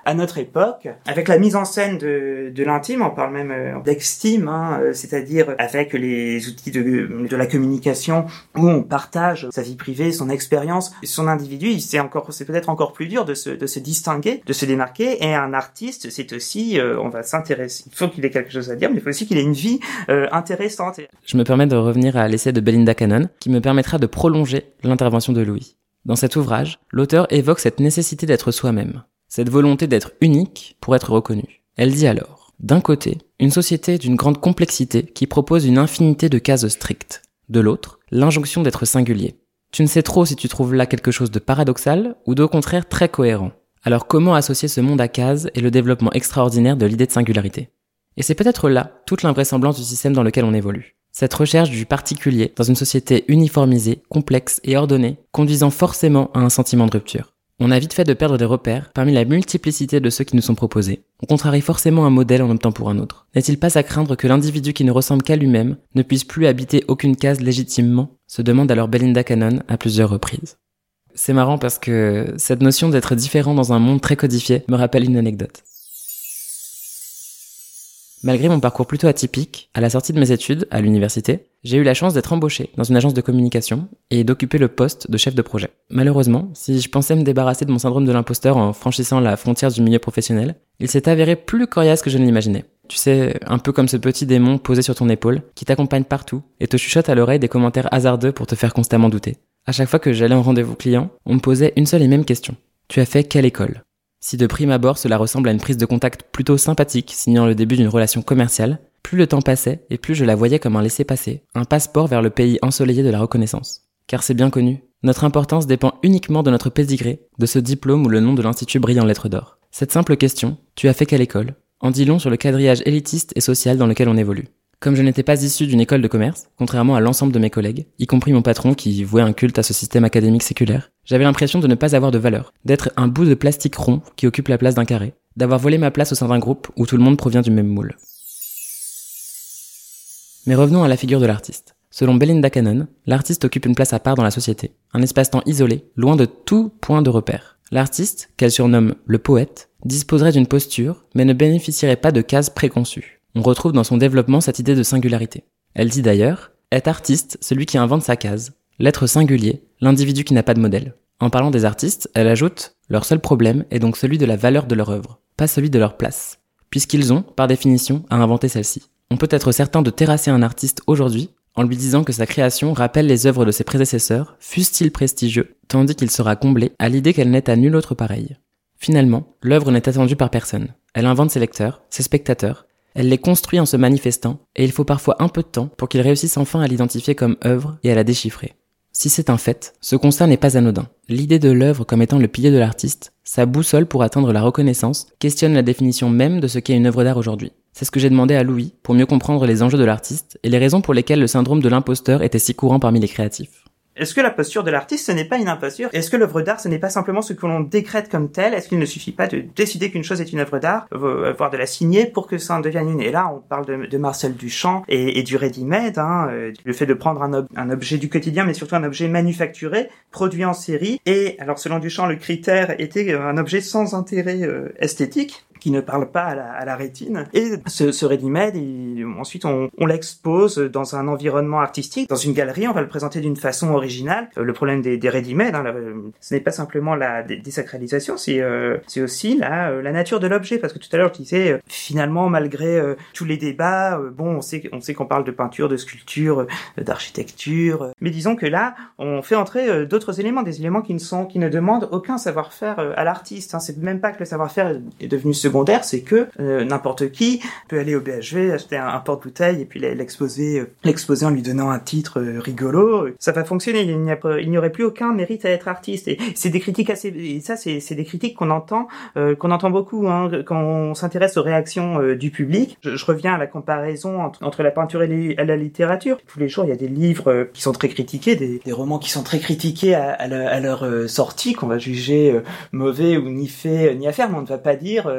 à notre époque, avec la mise en scène de, de l'intime, on parle même euh, d'extime, hein, euh, c'est-à-dire avec les outils de, de la communication où on partage sa vie privée, son expérience, son individu. C'est encore, c'est peut-être encore plus dur de se, de se distinguer, de se démarquer. Et un artiste, c'est aussi, euh, on va s'intéresser. Il faut qu'il ait quelque chose à dire, mais il faut aussi qu'il ait une vie euh, intéressante. Je me permets de revenir à l'essai de Belinda Cannon, qui me permettra de prolonger l'intervention de Louis. Dans cet ouvrage, l'auteur évoque cette nécessité d'être soi-même, cette volonté d'être unique pour être reconnu. Elle dit alors, d'un côté, une société d'une grande complexité qui propose une infinité de cases strictes. De l'autre, l'injonction d'être singulier. Tu ne sais trop si tu trouves là quelque chose de paradoxal ou d'au contraire très cohérent. Alors comment associer ce monde à cases et le développement extraordinaire de l'idée de singularité ? Et c'est peut-être là toute l'invraisemblance du système dans lequel on évolue. Cette recherche du particulier dans une société uniformisée, complexe et ordonnée, conduisant forcément à un sentiment de rupture. On a vite fait de perdre des repères parmi la multiplicité de ceux qui nous sont proposés. On contrarie forcément un modèle en optant pour un autre. N'est-il pas à craindre que l'individu qui ne ressemble qu'à lui-même ne puisse plus habiter aucune case légitimement ? Se demande alors Belinda Cannon à plusieurs reprises. C'est marrant parce que cette notion d'être différent dans un monde très codifié me rappelle une anecdote. Malgré mon parcours plutôt atypique, à la sortie de mes études, à l'université, j'ai eu la chance d'être embauché dans une agence de communication et d'occuper le poste de chef de projet. Malheureusement, si je pensais me débarrasser de mon syndrome de l'imposteur en franchissant la frontière du milieu professionnel, il s'est avéré plus coriace que je ne l'imaginais. Tu sais, un peu comme ce petit démon posé sur ton épaule, qui t'accompagne partout et te chuchote à l'oreille des commentaires hasardeux pour te faire constamment douter. À chaque fois que j'allais en rendez-vous client, on me posait une seule et même question. Tu as fait quelle école ? Si de prime abord cela ressemble à une prise de contact plutôt sympathique signant le début d'une relation commerciale, plus le temps passait et plus je la voyais comme un laissez-passer, un passeport vers le pays ensoleillé de la reconnaissance. Car c'est bien connu, notre importance dépend uniquement de notre pédigré, de ce diplôme où le nom de l'institut brille en lettres d'or. Cette simple question, tu as fait quelle école ? En dit long sur le quadrillage élitiste et social dans lequel on évolue. Comme je n'étais pas issu d'une école de commerce, contrairement à l'ensemble de mes collègues, y compris mon patron qui vouait un culte à ce système académique séculaire, j'avais l'impression de ne pas avoir de valeur, d'être un bout de plastique rond qui occupe la place d'un carré, d'avoir volé ma place au sein d'un groupe où tout le monde provient du même moule. Mais revenons à la figure de l'artiste. Selon Belinda Cannon, l'artiste occupe une place à part dans la société, un espace-temps isolé, loin de tout point de repère. L'artiste, qu'elle surnomme le poète, disposerait d'une posture, mais ne bénéficierait pas de cases préconçues. On retrouve dans son développement cette idée de singularité. Elle dit d'ailleurs « Est artiste celui qui invente sa case, l'être singulier, l'individu qui n'a pas de modèle ». En parlant des artistes, elle ajoute « Leur seul problème est donc celui de la valeur de leur œuvre, pas celui de leur place, puisqu'ils ont, par définition, à inventer celle-ci. On peut être certain de terrasser un artiste aujourd'hui en lui disant que sa création rappelle les œuvres de ses prédécesseurs, fussent-ils prestigieux, tandis qu'il sera comblé à l'idée qu'elle n'est à nul autre pareil. Finalement, l'œuvre n'est attendue par personne. Elle invente ses lecteurs, ses spectateurs, elle les construit en se manifestant, et il faut parfois un peu de temps pour qu'ils réussissent enfin à l'identifier comme œuvre et à la déchiffrer. Si c'est un fait, ce constat n'est pas anodin. L'idée de l'œuvre comme étant le pilier de l'artiste, sa boussole pour atteindre la reconnaissance, questionne la définition même de ce qu'est une œuvre d'art aujourd'hui. C'est ce que j'ai demandé à Louis pour mieux comprendre les enjeux de l'artiste et les raisons pour lesquelles le syndrome de l'imposteur était si courant parmi les créatifs. Est-ce que la posture de l'artiste, ce n'est pas une imposture ? Est-ce que l'œuvre d'art, ce n'est pas simplement ce que l'on décrète comme tel ? Est-ce qu'il ne suffit pas de décider qu'une chose est une œuvre d'art, euh, voire de la signer pour que ça en devienne une ? Et là, on parle de, de Marcel Duchamp et, et du ready-made, hein, euh, le fait de prendre un, ob- un objet du quotidien, mais surtout un objet manufacturé, produit en série. Et alors, selon Duchamp, le critère était un objet sans intérêt euh, esthétique, qui ne parle pas à la, à la rétine. Et ce, ce ready-made, il, ensuite on, on l'expose dans un environnement artistique, dans une galerie, on va le présenter d'une façon originale. Euh, le problème des, des ready-made, hein, là, ce n'est pas simplement la dé- désacralisation, c'est, euh, c'est aussi la, euh, la nature de l'objet, parce que tout à l'heure je disais, euh, finalement, malgré euh, tous les débats, euh, bon, on sait, on sait qu'on parle de peinture, de sculpture, euh, d'architecture, euh, mais disons que là, on fait entrer euh, d'autres éléments, des éléments qui ne sont, qui ne demandent aucun savoir-faire euh, à l'artiste. Hein. C'est même pas que le savoir-faire est devenu secondaire, c'est que euh, n'importe qui peut aller au B H V, acheter un, un porte-bouteille et puis l'exposer, euh, l'exposer en lui donnant un titre euh, rigolo. Ça va fonctionner. Il n'y, a, il n'y aurait plus aucun mérite à être artiste. Et c'est des critiques assez. Et ça, c'est, c'est des critiques qu'on entend, euh, qu'on entend beaucoup hein, quand on s'intéresse aux réactions euh, du public. Je, je reviens à la comparaison entre, entre la peinture et, les, et la littérature. Tous les jours, il y a des livres euh, qui sont très critiqués, des, des romans qui sont très critiqués à, à, le, à leur euh, sortie, qu'on va juger euh, mauvais ou ni fait ni à faire, mais on ne va pas dire. Euh,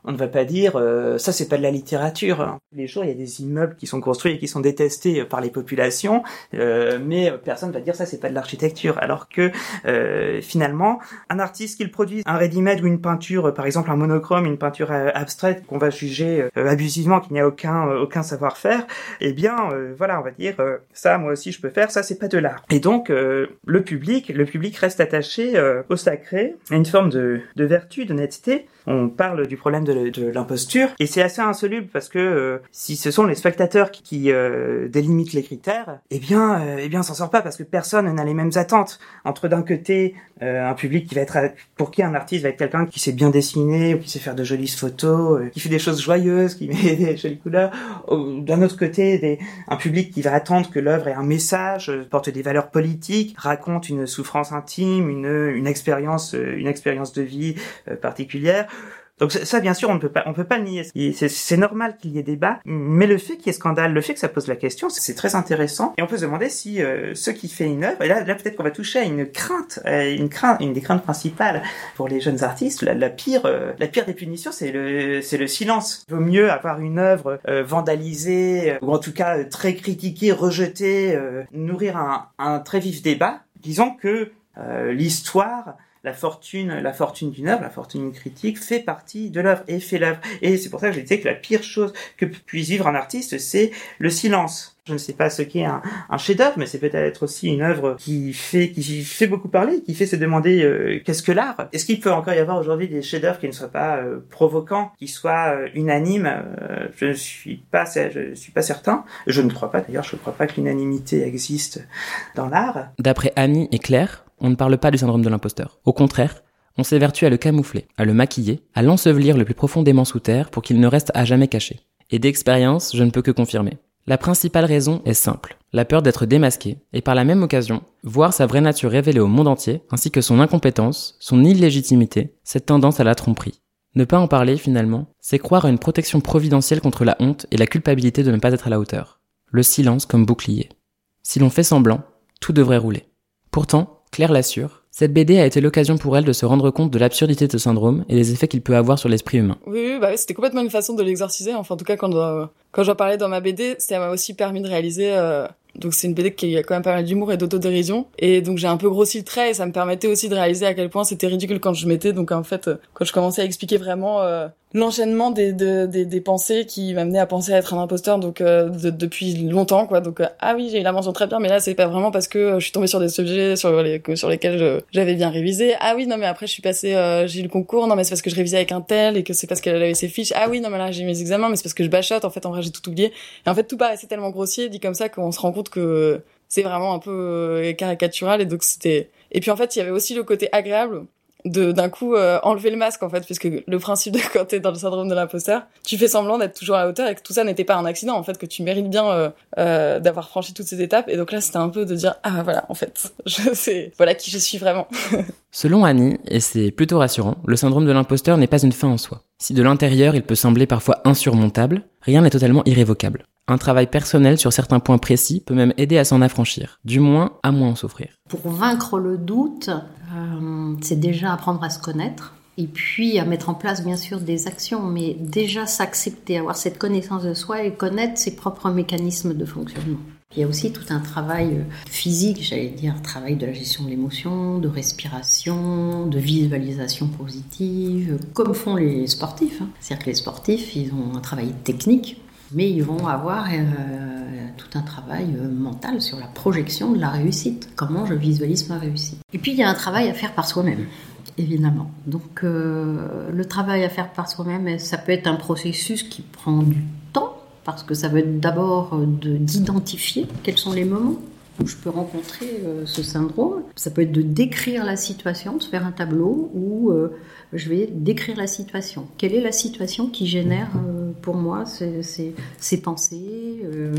On ne va pas dire euh, ça c'est pas de la littérature. Tous les jours il y a des immeubles qui sont construits et qui sont détestés par les populations, euh, mais personne ne va dire ça c'est pas de l'architecture. Alors que euh, finalement un artiste qui produit un ready-made ou une peinture, par exemple un monochrome, une peinture euh, abstraite qu'on va juger euh, abusivement, qu'il n'y a aucun euh, aucun savoir-faire, eh bien euh, voilà on va dire euh, ça moi aussi je peux faire, ça c'est pas de l'art. Et donc euh, le public le public reste attaché euh, au sacré, à une forme de de vertu, d'honnêteté. On parle du problème de, de l'imposture et c'est assez insoluble parce que euh, si ce sont les spectateurs qui, qui euh, délimitent les critères, eh bien, euh, eh bien, on s'en sort pas parce que personne n'a les mêmes attentes. Entre d'un côté euh, un public qui va être pour qui un artiste va être quelqu'un qui sait bien dessiner ou qui sait faire de jolies photos, euh, qui fait des choses joyeuses, qui met des jolies couleurs. Ou, d'un autre côté, des, un public qui va attendre que l'œuvre ait un message, porte des valeurs politiques, raconte une souffrance intime, une une expérience, une expérience de vie euh, particulière. Donc ça, bien sûr, on ne peut pas, on peut pas le nier. C'est, c'est normal qu'il y ait débat, mais le fait qu'il y ait scandale, le fait que ça pose la question, c'est très intéressant. Et on peut se demander si euh, ce qui fait une œuvre, et là, là peut-être qu'on va toucher à une crainte, euh, une crainte, une des craintes principales pour les jeunes artistes. La, la pire, euh, la pire des punitions, c'est le, c'est le silence. Il vaut mieux avoir une œuvre euh, vandalisée euh, ou en tout cas euh, très critiquée, rejetée, euh, nourrir un, un très vif débat. Disons que euh, l'histoire. La fortune, la fortune d'une œuvre, la fortune d'une critique fait partie de l'œuvre et fait l'œuvre. Et c'est pour ça que je disais que la pire chose que puisse vivre un artiste, c'est le silence. Je ne sais pas ce qu'est un, un chef-d'œuvre, mais c'est peut-être aussi une œuvre qui fait, qui fait beaucoup parler, qui fait se demander euh, qu'est-ce que l'art. Est-ce qu'il peut encore y avoir aujourd'hui des chefs-d'œuvre qui ne soient pas euh, provocants, qui soient euh, unanimes euh, Je ne suis pas, je suis pas certain. Je ne crois pas. D'ailleurs, je ne crois pas que l'unanimité existe dans l'art. D'après Annie et Claire, on ne parle pas du syndrome de l'imposteur. Au contraire, on s'évertue à le camoufler, à le maquiller, à l'ensevelir le plus profondément sous terre pour qu'il ne reste à jamais caché. Et d'expérience, je ne peux que confirmer. La principale raison est simple, la peur d'être démasqué, et par la même occasion, voir sa vraie nature révélée au monde entier, ainsi que son incompétence, son illégitimité, cette tendance à la tromperie. Ne pas en parler, finalement, c'est croire à une protection providentielle contre la honte et la culpabilité de ne pas être à la hauteur. Le silence comme bouclier. Si l'on fait semblant, tout devrait rouler. Pourtant, Claire l'assure, cette B D a été l'occasion pour elle de se rendre compte de l'absurdité de ce syndrome et des effets qu'il peut avoir sur l'esprit humain. Oui, oui, bah c'était complètement une façon de l'exorciser. Enfin, en tout cas, quand euh, quand j'en parlais dans ma B D, ça m'a aussi permis de réaliser. Euh, donc c'est une B D qui a quand même pas mal d'humour et d'autodérision. Et donc j'ai un peu grossi le trait et ça me permettait aussi de réaliser à quel point c'était ridicule quand je mettais. Donc en fait, quand je commençais à expliquer vraiment euh, l'enchaînement des, de, des des pensées qui m'amenaient à penser à être un imposteur, donc euh, de, depuis longtemps, quoi. Donc euh, ah oui, j'ai eu la mention très bien, mais là c'est pas vraiment parce que je suis tombée sur des sujets sur les sur lesquels je, j'avais bien révisé. Ah oui, non mais après je suis passée, euh, j'ai eu le concours. Non mais c'est parce que je révisais avec un tel et que c'est parce qu'elle avait ses fiches. Ah oui, non mais là j'ai eu mes examens, mais c'est parce que je bachote. En fait, en vrai j'ai tout oublié. Et en fait tout paraissait tellement grossier dit comme ça qu'on se rend compte que c'est vraiment un peu euh, caricatural. Et donc c'était. Et puis en fait il y avait aussi le côté agréable de d'un coup euh, enlever le masque en fait, puisque le principe de quand t'es dans le syndrome de l'imposteur, tu fais semblant d'être toujours à la hauteur et que tout ça n'était pas un accident en fait, que tu mérites bien euh, euh, d'avoir franchi toutes ces étapes. Et donc là c'était un peu de dire ah voilà en fait je sais voilà qui je suis vraiment. Selon Annie, et c'est plutôt rassurant, le syndrome de l'imposteur n'est pas une fin en soi. Si de l'intérieur il peut sembler parfois insurmontable, rien n'est totalement irrévocable. Un travail personnel sur certains points précis peut même aider à s'en affranchir, du moins à moins en souffrir. Pour vaincre le doute, euh, c'est déjà apprendre à se connaître et puis à mettre en place bien sûr des actions, mais déjà s'accepter, avoir cette connaissance de soi et connaître ses propres mécanismes de fonctionnement. Il y a aussi tout un travail physique, j'allais dire, un travail de la gestion de l'émotion, de respiration, de visualisation positive, comme font les sportifs. Hein. C'est-à-dire que les sportifs, ils ont un travail technique, mais ils vont avoir euh, tout un travail euh, mental sur la projection de la réussite. Comment je visualise ma réussite. Et puis il y a un travail à faire par soi-même, évidemment. Donc euh, le travail à faire par soi-même, ça peut être un processus qui prend du temps, parce que ça veut être d'abord de, d'identifier quels sont les moments où je peux rencontrer euh, ce syndrome. Ça peut être de décrire la situation, de faire un tableau où euh, je vais décrire la situation. Quelle est la situation qui génère euh, pour moi ces, ces, ces pensées euh,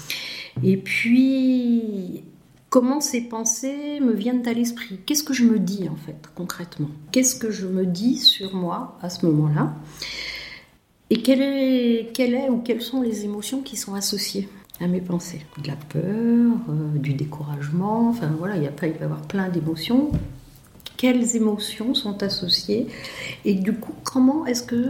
et puis, comment ces pensées me viennent à l'esprit ? Qu'est-ce que je me dis en fait, concrètement ? Qu'est-ce que je me dis sur moi à ce moment-là ? Et quelle est, quelle est ou quelles sont les émotions qui sont associées à mes pensées ? De la peur, euh, du découragement, enfin voilà, il, y a pas, il va y avoir plein d'émotions. Quelles émotions sont associées ? Et du coup, comment est-ce que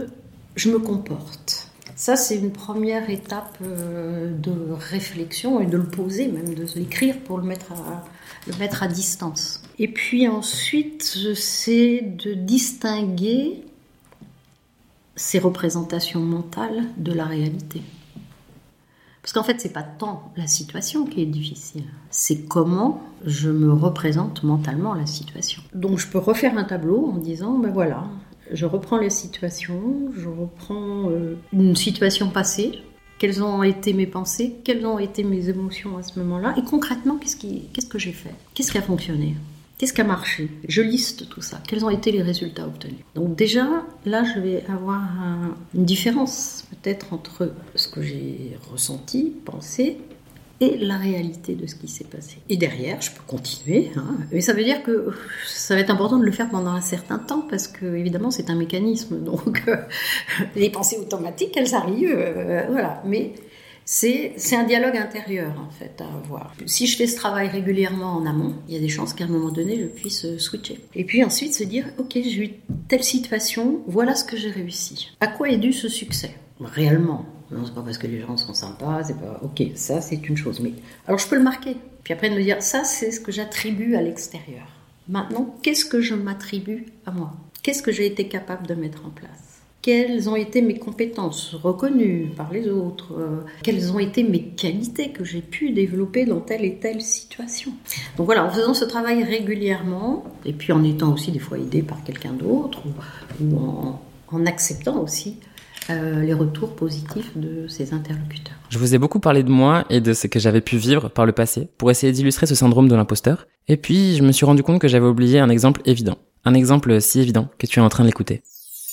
je me comporte. Ça, c'est une première étape euh, de réflexion et de le poser, même de l'écrire pour le mettre à, le mettre à distance. Et puis ensuite, c'est de distinguer ces représentations mentales de la réalité. Parce qu'en fait, c'est pas tant la situation qui est difficile, c'est comment je me représente mentalement la situation. Donc je peux refaire un tableau en disant, ben voilà, je reprends les situations, je reprends euh, une situation passée, quelles ont été mes pensées, quelles ont été mes émotions à ce moment-là, et concrètement, qu'est-ce, qui, qu'est-ce que j'ai fait ? Qu'est-ce qui a fonctionné ? Qu'est-ce qui a marché ? Je liste tout ça. Quels ont été les résultats obtenus ? Donc déjà, là, je vais avoir un, une différence peut-être entre ce que j'ai ressenti, pensé, et la réalité de ce qui s'est passé. Et derrière, je peux continuer, hein, mais ça veut dire que ça va être important de le faire pendant un certain temps, parce que évidemment, c'est un mécanisme. Donc, euh, les pensées automatiques, elles arrivent, euh, voilà. Mais C'est, c'est un dialogue intérieur, en fait, à avoir. Si je fais ce travail régulièrement en amont, il y a des chances qu'à un moment donné, je puisse switcher. Et puis ensuite, se dire, ok, j'ai eu telle situation, voilà ce que j'ai réussi. À quoi est dû ce succès ? Réellement. Non, c'est pas parce que les gens sont sympas, c'est pas... Ok, ça, c'est une chose. Mais alors, je peux le marquer. Puis après, de me dire, ça, c'est ce que j'attribue à l'extérieur. Maintenant, qu'est-ce que je m'attribue à moi ? Qu'est-ce que j'ai été capable de mettre en place ? Quelles ont été mes compétences reconnues par les autres ? euh, Quelles ont été mes qualités que j'ai pu développer dans telle et telle situation ? Donc voilà, en faisant ce travail régulièrement, et puis en étant aussi des fois aidé par quelqu'un d'autre, ou, ou en, en acceptant aussi euh, les retours positifs de ses interlocuteurs. Je vous ai beaucoup parlé de moi et de ce que j'avais pu vivre par le passé pour essayer d'illustrer ce syndrome de l'imposteur. Et puis, je me suis rendu compte que j'avais oublié un exemple évident. Un exemple si évident que tu es en train de l'écouter.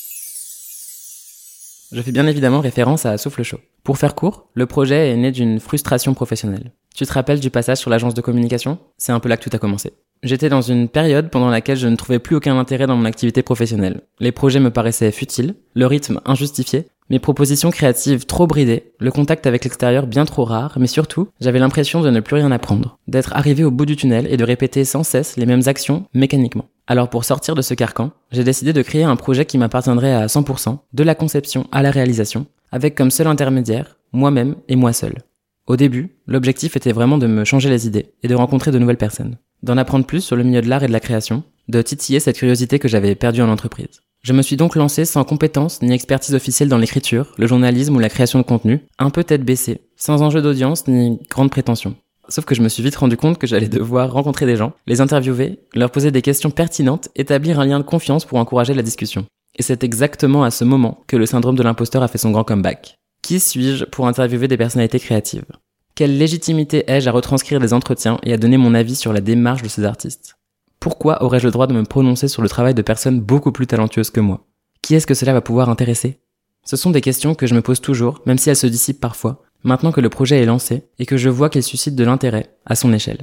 Je fais bien évidemment référence à Souffle Chaud. Pour faire court, le projet est né d'une frustration professionnelle. Tu te rappelles du passage sur l'agence de communication ? C'est un peu là que tout a commencé. J'étais dans une période pendant laquelle je ne trouvais plus aucun intérêt dans mon activité professionnelle. Les projets me paraissaient futiles, le rythme injustifié, mes propositions créatives trop bridées, le contact avec l'extérieur bien trop rare, mais surtout, j'avais l'impression de ne plus rien apprendre, d'être arrivé au bout du tunnel et de répéter sans cesse les mêmes actions mécaniquement. Alors pour sortir de ce carcan, j'ai décidé de créer un projet qui m'appartiendrait à cent pour cent, de la conception à la réalisation, avec comme seul intermédiaire, moi-même et moi seul. Au début, l'objectif était vraiment de me changer les idées et de rencontrer de nouvelles personnes, d'en apprendre plus sur le milieu de l'art et de la création, de titiller cette curiosité que j'avais perdue en entreprise. Je me suis donc lancé sans compétences ni expertise officielle dans l'écriture, le journalisme ou la création de contenu, un peu tête baissée, sans enjeu d'audience ni grande prétention. Sauf que je me suis vite rendu compte que j'allais devoir rencontrer des gens, les interviewer, leur poser des questions pertinentes, établir un lien de confiance pour encourager la discussion. Et c'est exactement à ce moment que le syndrome de l'imposteur a fait son grand comeback. Qui suis-je pour interviewer des personnalités créatives ? Quelle légitimité ai-je à retranscrire des entretiens et à donner mon avis sur la démarche de ces artistes ? Pourquoi aurais-je le droit de me prononcer sur le travail de personnes beaucoup plus talentueuses que moi ? Qui est-ce que cela va pouvoir intéresser ? Ce sont des questions que je me pose toujours, même si elles se dissipent parfois, maintenant que le projet est lancé et que je vois qu'il suscite de l'intérêt à son échelle.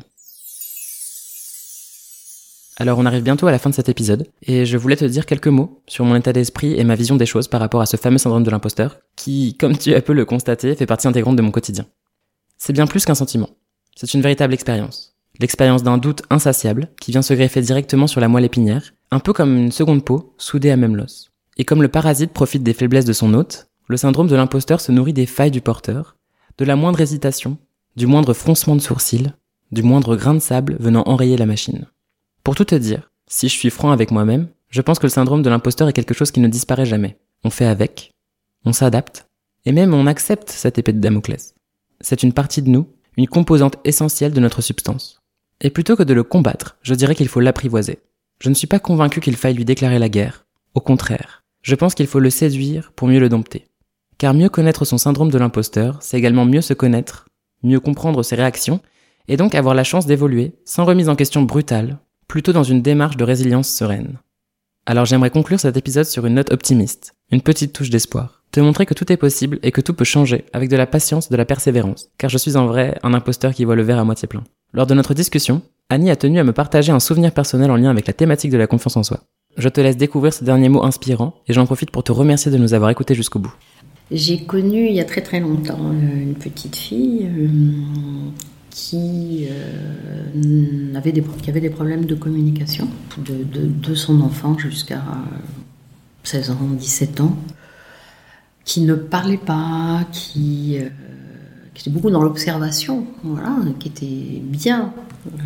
Alors on arrive bientôt à la fin de cet épisode, et je voulais te dire quelques mots sur mon état d'esprit et ma vision des choses par rapport à ce fameux syndrome de l'imposteur, qui, comme tu as pu le constater, fait partie intégrante de mon quotidien. C'est bien plus qu'un sentiment, c'est une véritable expérience. L'expérience d'un doute insatiable qui vient se greffer directement sur la moelle épinière, un peu comme une seconde peau soudée à même l'os. Et comme le parasite profite des faiblesses de son hôte, le syndrome de l'imposteur se nourrit des failles du porteur, de la moindre hésitation, du moindre froncement de sourcils, du moindre grain de sable venant enrayer la machine. Pour tout te dire, si je suis franc avec moi-même, je pense que le syndrome de l'imposteur est quelque chose qui ne disparaît jamais. On fait avec, on s'adapte, et même on accepte cette épée de Damoclès. C'est une partie de nous, une composante essentielle de notre substance. Et plutôt que de le combattre, je dirais qu'il faut l'apprivoiser. Je ne suis pas convaincu qu'il faille lui déclarer la guerre. Au contraire, je pense qu'il faut le séduire pour mieux le dompter. Car mieux connaître son syndrome de l'imposteur, c'est également mieux se connaître, mieux comprendre ses réactions, et donc avoir la chance d'évoluer, sans remise en question brutale, plutôt dans une démarche de résilience sereine. Alors j'aimerais conclure cet épisode sur une note optimiste, une petite touche d'espoir. Te montrer que tout est possible et que tout peut changer avec de la patience et de la persévérance, car je suis en vrai un imposteur qui voit le verre à moitié plein. Lors de notre discussion, Annie a tenu à me partager un souvenir personnel en lien avec la thématique de la confiance en soi. Je te laisse découvrir ce dernier mot inspirant et j'en profite pour te remercier de nous avoir écoutés jusqu'au bout. J'ai connu il y a très très longtemps une petite fille euh, qui, euh, avait des, qui avait des problèmes de communication de, de, de son enfant jusqu'à seize ans, dix-sept ans. qui ne parlait pas, qui, euh, qui était beaucoup dans l'observation, voilà, qui était bien euh,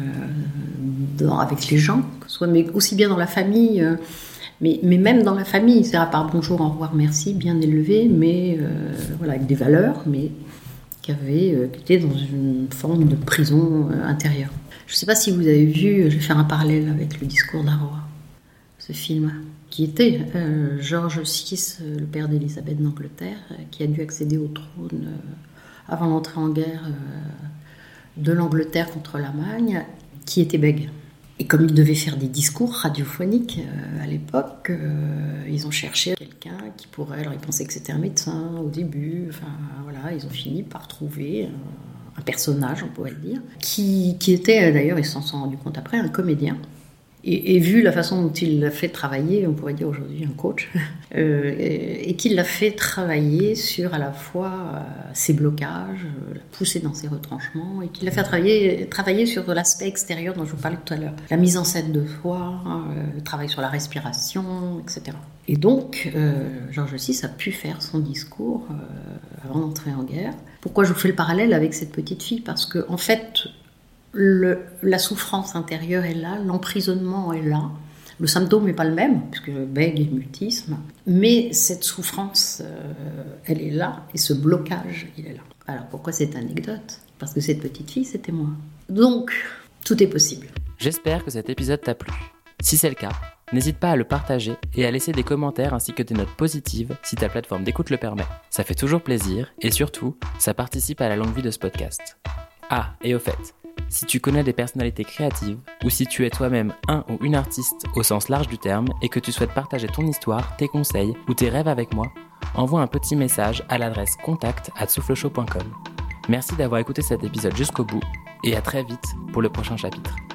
dans, avec les gens, que ce soit, mais aussi bien dans la famille, euh, mais, mais même dans la famille, c'est à part bonjour, au revoir, merci, bien élevé, mais euh, voilà, avec des valeurs, mais qui, avait, euh, qui était dans une forme de prison euh, intérieure. Je ne sais pas si vous avez vu, je vais faire un parallèle avec le discours d'Aroa, ce film, qui était euh, George six, le père d'Élisabeth d'Angleterre, qui a dû accéder au trône euh, avant l'entrée en guerre euh, de l'Angleterre contre l'Allemagne, qui était bègue. Et comme il devait faire des discours radiophoniques euh, à l'époque, euh, ils ont cherché quelqu'un qui pourrait, alors ils pensaient que c'était un médecin au début, enfin voilà, ils ont fini par trouver un, un personnage, on pourrait le dire, qui, qui était d'ailleurs, ils s'en sont rendus compte après, un comédien. Et, et vu la façon dont il l'a fait travailler, on pourrait dire aujourd'hui un coach, euh, et, et qu'il l'a fait travailler sur à la fois euh, ses blocages, euh, la pousser dans ses retranchements, et qu'il l'a fait travailler, travailler sur l'aspect extérieur dont je vous parlais tout à l'heure. La mise en scène de soi, euh, le travail sur la respiration, et cetera. Et donc, euh, George six a pu faire son discours euh, avant d'entrer en guerre. Pourquoi je vous fais le parallèle avec cette petite fille ? Parce que, en fait, Le, la souffrance intérieure est là, l'emprisonnement est là, le symptôme n'est pas le même, puisque bègue et mutisme, mais cette souffrance, euh, elle est là, et ce blocage, il est là. Alors pourquoi cette anecdote ? Parce que cette petite fille, c'était moi. Donc, tout est possible. J'espère que cet épisode t'a plu. Si c'est le cas, n'hésite pas à le partager et à laisser des commentaires ainsi que des notes positives si ta plateforme d'écoute le permet. Ça fait toujours plaisir, et surtout, ça participe à la longue vie de ce podcast. Ah, et au fait, si tu connais des personnalités créatives, ou si tu es toi-même un ou une artiste au sens large du terme et que tu souhaites partager ton histoire, tes conseils ou tes rêves avec moi, envoie un petit message à l'adresse contact arobase soufflechaud point com. Merci d'avoir écouté cet épisode jusqu'au bout et à très vite pour le prochain chapitre.